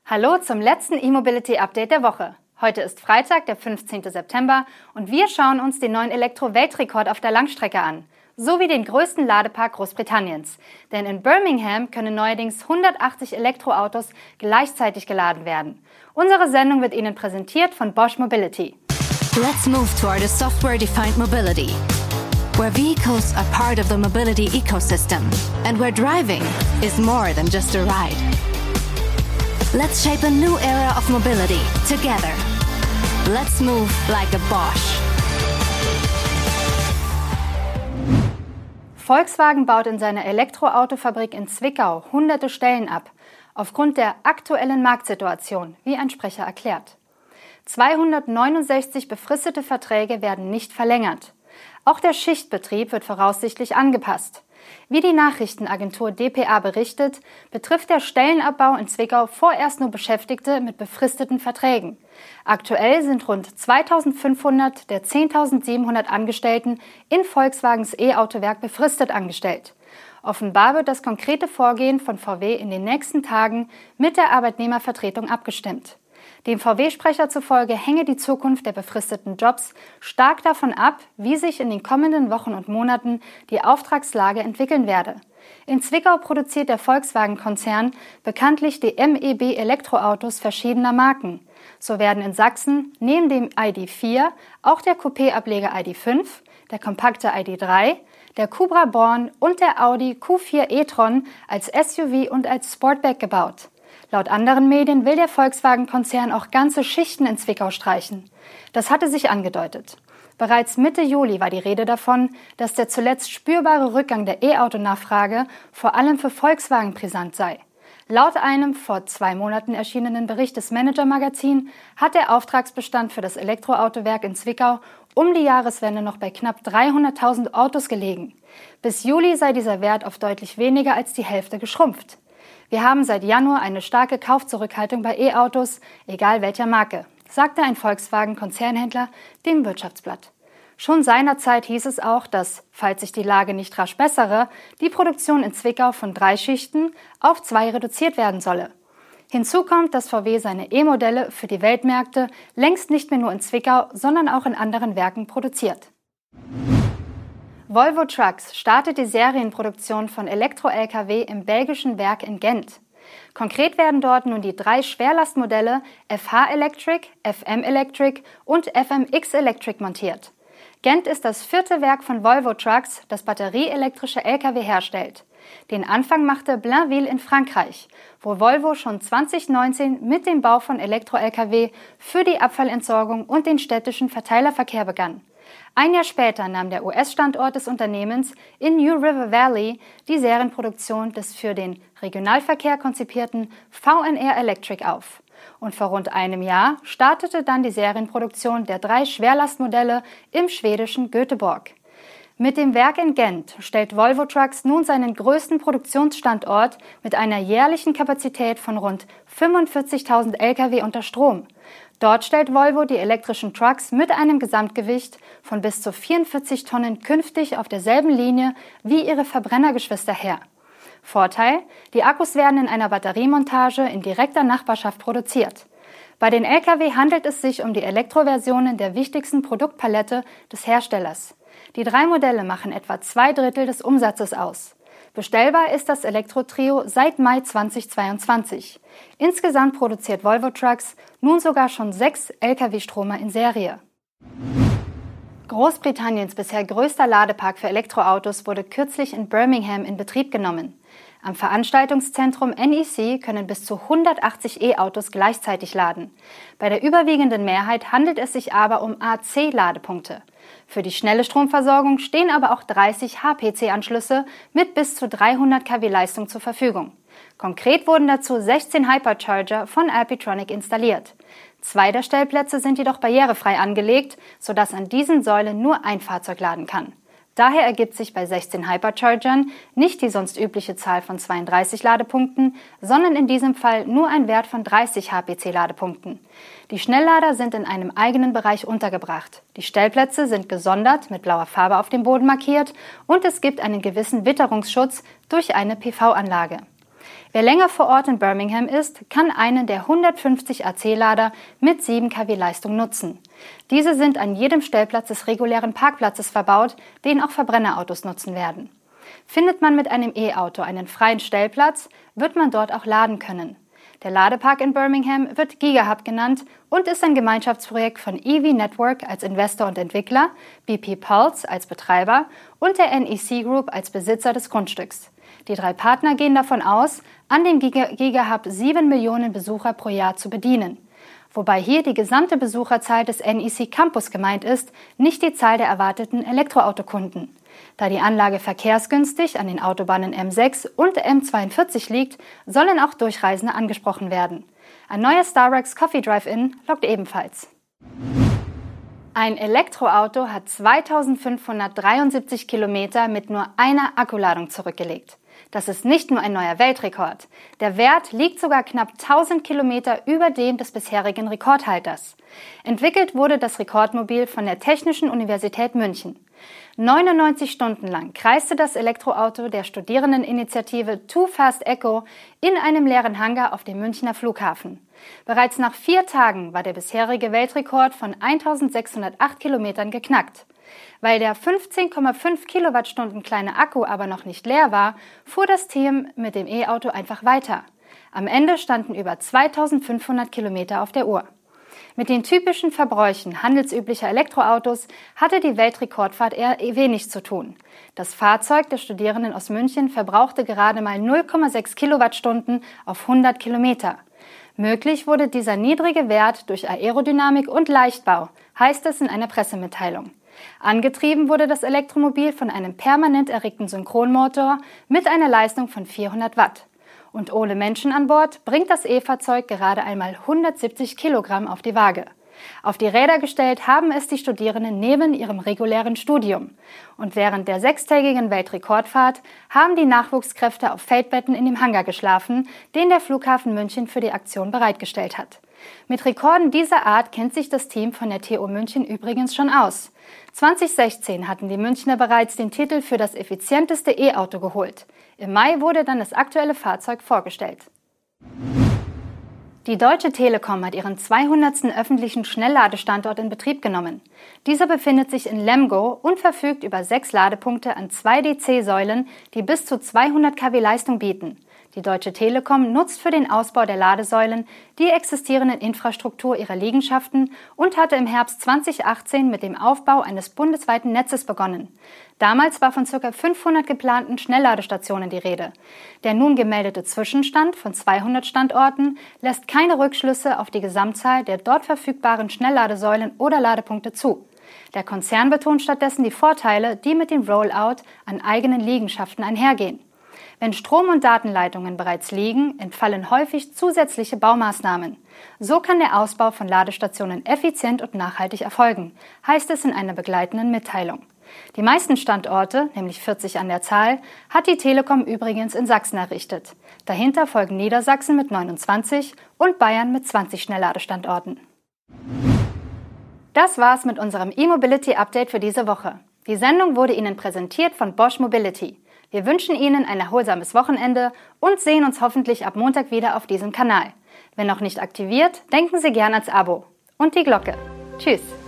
Hallo zum letzten E-Mobility-Update der Woche. Heute ist Freitag, der 15. September und wir schauen uns den neuen Elektro-Weltrekord auf der Langstrecke an, sowie den größten Ladepark Großbritanniens. Denn in Birmingham können neuerdings 180 Elektroautos gleichzeitig geladen werden. Unsere Sendung wird Ihnen präsentiert von Bosch Mobility. Let's move toward a software-defined mobility, where vehicles are part of the mobility ecosystem and where driving is more than just a ride. Let's shape a new era of mobility together. Let's move like a Bosch. Volkswagen baut in seiner Elektroautofabrik in Zwickau hunderte Stellen ab, aufgrund der aktuellen Marktsituation, wie ein Sprecher erklärt. 269 befristete Verträge werden nicht verlängert. Auch der Schichtbetrieb wird voraussichtlich angepasst. Wie die Nachrichtenagentur dpa berichtet, betrifft der Stellenabbau in Zwickau vorerst nur Beschäftigte mit befristeten Verträgen. Aktuell sind rund 2.500 der 10.700 Angestellten in Volkswagens E-Autowerk befristet angestellt. Offenbar wird das konkrete Vorgehen von VW in den nächsten Tagen mit der Arbeitnehmervertretung abgestimmt. Dem VW-Sprecher zufolge hänge die Zukunft der befristeten Jobs stark davon ab, wie sich in den kommenden Wochen und Monaten die Auftragslage entwickeln werde. In Zwickau produziert der Volkswagen-Konzern bekanntlich die MEB-Elektroautos verschiedener Marken. So werden in Sachsen neben dem ID.4 auch der Coupé-Ableger ID.5, der kompakte ID.3, der Cupra Born und der Audi Q4 e-tron als SUV und als Sportback gebaut. Laut anderen Medien will der Volkswagen-Konzern auch ganze Schichten in Zwickau streichen. Das hatte sich angedeutet. Bereits Mitte Juli war die Rede davon, dass der zuletzt spürbare Rückgang der E-Auto-Nachfrage vor allem für Volkswagen brisant sei. Laut einem vor 2 Monaten erschienenen Bericht des Manager-Magazin hat der Auftragsbestand für das Elektroautowerk in Zwickau um die Jahreswende noch bei knapp 300.000 Autos gelegen. Bis Juli sei dieser Wert auf deutlich weniger als die Hälfte geschrumpft. Wir haben seit Januar eine starke Kaufzurückhaltung bei E-Autos, egal welcher Marke, sagte ein Volkswagen-Konzernhändler dem Wirtschaftsblatt. Schon seinerzeit hieß es auch, dass, falls sich die Lage nicht rasch bessere, die Produktion in Zwickau von 3 Schichten auf 2 reduziert werden solle. Hinzu kommt, dass VW seine E-Modelle für die Weltmärkte längst nicht mehr nur in Zwickau, sondern auch in anderen Werken produziert. Volvo Trucks startet die Serienproduktion von Elektro-Lkw im belgischen Werk in Gent. Konkret werden dort nun die 3 Schwerlastmodelle FH Electric, FM Electric und FMX Electric montiert. Gent ist das 4. Werk von Volvo Trucks, das batterieelektrische Lkw herstellt. Den Anfang machte Blainville in Frankreich, wo Volvo schon 2019 mit dem Bau von Elektro-Lkw für die Abfallentsorgung und den städtischen Verteilerverkehr begann. Ein Jahr später nahm der US-Standort des Unternehmens in New River Valley die Serienproduktion des für den Regionalverkehr konzipierten VNR Electric auf. Und vor rund einem Jahr startete dann die Serienproduktion der 3 Schwerlastmodelle im schwedischen Göteborg. Mit dem Werk in Gent stellt Volvo Trucks nun seinen größten Produktionsstandort mit einer jährlichen Kapazität von rund 45.000 Lkw unter Strom. Dort stellt Volvo die elektrischen Trucks mit einem Gesamtgewicht von bis zu 44 Tonnen künftig auf derselben Linie wie ihre Verbrennergeschwister her. Vorteil: Die Akkus werden in einer Batteriemontage in direkter Nachbarschaft produziert. Bei den Lkw handelt es sich um die Elektroversionen der wichtigsten Produktpalette des Herstellers. Die 3 Modelle machen etwa 2/3 des Umsatzes aus. Bestellbar ist das Elektro-Trio seit Mai 2022. Insgesamt produziert Volvo Trucks nun sogar schon 6 Lkw-Stromer in Serie. Großbritanniens bisher größter Ladepark für Elektroautos wurde kürzlich in Birmingham in Betrieb genommen. Am Veranstaltungszentrum NEC können bis zu 180 E-Autos gleichzeitig laden. Bei der überwiegenden Mehrheit handelt es sich aber um AC-Ladepunkte. Für die schnelle Stromversorgung stehen aber auch 30 HPC-Anschlüsse mit bis zu 300 kW Leistung zur Verfügung. Konkret wurden dazu 16 Hypercharger von Alpitronic installiert. 2 der Stellplätze sind jedoch barrierefrei angelegt, sodass an diesen Säulen nur ein Fahrzeug laden kann. Daher ergibt sich bei 16 Hyperchargern nicht die sonst übliche Zahl von 32 Ladepunkten, sondern in diesem Fall nur ein Wert von 30 HPC-Ladepunkten. Die Schnelllader sind in einem eigenen Bereich untergebracht. Die Stellplätze sind gesondert mit blauer Farbe auf dem Boden markiert und es gibt einen gewissen Witterungsschutz durch eine PV-Anlage. Wer länger vor Ort in Birmingham ist, kann einen der 150 AC-Lader mit 7 kW Leistung nutzen. Diese sind an jedem Stellplatz des regulären Parkplatzes verbaut, den auch Verbrennerautos nutzen werden. Findet man mit einem E-Auto einen freien Stellplatz, wird man dort auch laden können. Der Ladepark in Birmingham wird GigaHub genannt und ist ein Gemeinschaftsprojekt von EV Network als Investor und Entwickler, BP Pulse als Betreiber und der NEC Group als Besitzer des Grundstücks. Die 3 Partner gehen davon aus, an dem GigaHub 7 Millionen Besucher pro Jahr zu bedienen. Wobei hier die gesamte Besucherzahl des NEC Campus gemeint ist, nicht die Zahl der erwarteten Elektroautokunden. Da die Anlage verkehrsgünstig an den Autobahnen M6 und M42 liegt, sollen auch Durchreisende angesprochen werden. Ein neuer Starbucks Coffee Drive-In lockt ebenfalls. Ein Elektroauto hat 2573 Kilometer mit nur einer Akkuladung zurückgelegt. Das ist nicht nur ein neuer Weltrekord. Der Wert liegt sogar knapp 1000 Kilometer über dem des bisherigen Rekordhalters. Entwickelt wurde das Rekordmobil von der Technischen Universität München. 99 Stunden lang kreiste das Elektroauto der Studierendeninitiative Too Fast Echo in einem leeren Hangar auf dem Münchner Flughafen. Bereits nach 4 Tagen war der bisherige Weltrekord von 1608 Kilometern geknackt. Weil der 15,5 Kilowattstunden kleine Akku aber noch nicht leer war, fuhr das Team mit dem E-Auto einfach weiter. Am Ende standen über 2500 Kilometer auf der Uhr. Mit den typischen Verbräuchen handelsüblicher Elektroautos hatte die Weltrekordfahrt eher wenig zu tun. Das Fahrzeug der Studierenden aus München verbrauchte gerade mal 0,6 Kilowattstunden auf 100 Kilometer. Möglich wurde dieser niedrige Wert durch Aerodynamik und Leichtbau, heißt es in einer Pressemitteilung. Angetrieben wurde das Elektromobil von einem permanent erregten Synchronmotor mit einer Leistung von 400 Watt. Und ohne Menschen an Bord bringt das E-Fahrzeug gerade einmal 170 Kilogramm auf die Waage. Auf die Räder gestellt haben es die Studierenden neben ihrem regulären Studium. Und während der 6-tägigen Weltrekordfahrt haben die Nachwuchskräfte auf Feldbetten in dem Hangar geschlafen, den der Flughafen München für die Aktion bereitgestellt hat. Mit Rekorden dieser Art kennt sich das Team von der TU München übrigens schon aus. 2016 hatten die Münchner bereits den Titel für das effizienteste E-Auto geholt. Im Mai wurde dann das aktuelle Fahrzeug vorgestellt. Die Deutsche Telekom hat ihren 200. öffentlichen Schnellladestandort in Betrieb genommen. Dieser befindet sich in Lemgo und verfügt über 6 Ladepunkte an 2 DC-Säulen, die bis zu 200 kW Leistung bieten. Die Deutsche Telekom nutzt für den Ausbau der Ladesäulen die existierende Infrastruktur ihrer Liegenschaften und hatte im Herbst 2018 mit dem Aufbau eines bundesweiten Netzes begonnen. Damals war von ca. 500 geplanten Schnellladestationen die Rede. Der nun gemeldete Zwischenstand von 200 Standorten lässt keine Rückschlüsse auf die Gesamtzahl der dort verfügbaren Schnellladesäulen oder Ladepunkte zu. Der Konzern betont stattdessen die Vorteile, die mit dem Rollout an eigenen Liegenschaften einhergehen. Wenn Strom- und Datenleitungen bereits liegen, entfallen häufig zusätzliche Baumaßnahmen. So kann der Ausbau von Ladestationen effizient und nachhaltig erfolgen, heißt es in einer begleitenden Mitteilung. Die meisten Standorte, nämlich 40 an der Zahl, hat die Telekom übrigens in Sachsen errichtet. Dahinter folgen Niedersachsen mit 29 und Bayern mit 20 Schnellladestandorten. Das war's mit unserem E-Mobility-Update für diese Woche. Die Sendung wurde Ihnen präsentiert von Bosch Mobility. Wir wünschen Ihnen ein erholsames Wochenende und sehen uns hoffentlich ab Montag wieder auf diesem Kanal. Wenn noch nicht aktiviert, denken Sie gern ans Abo und die Glocke. Tschüss!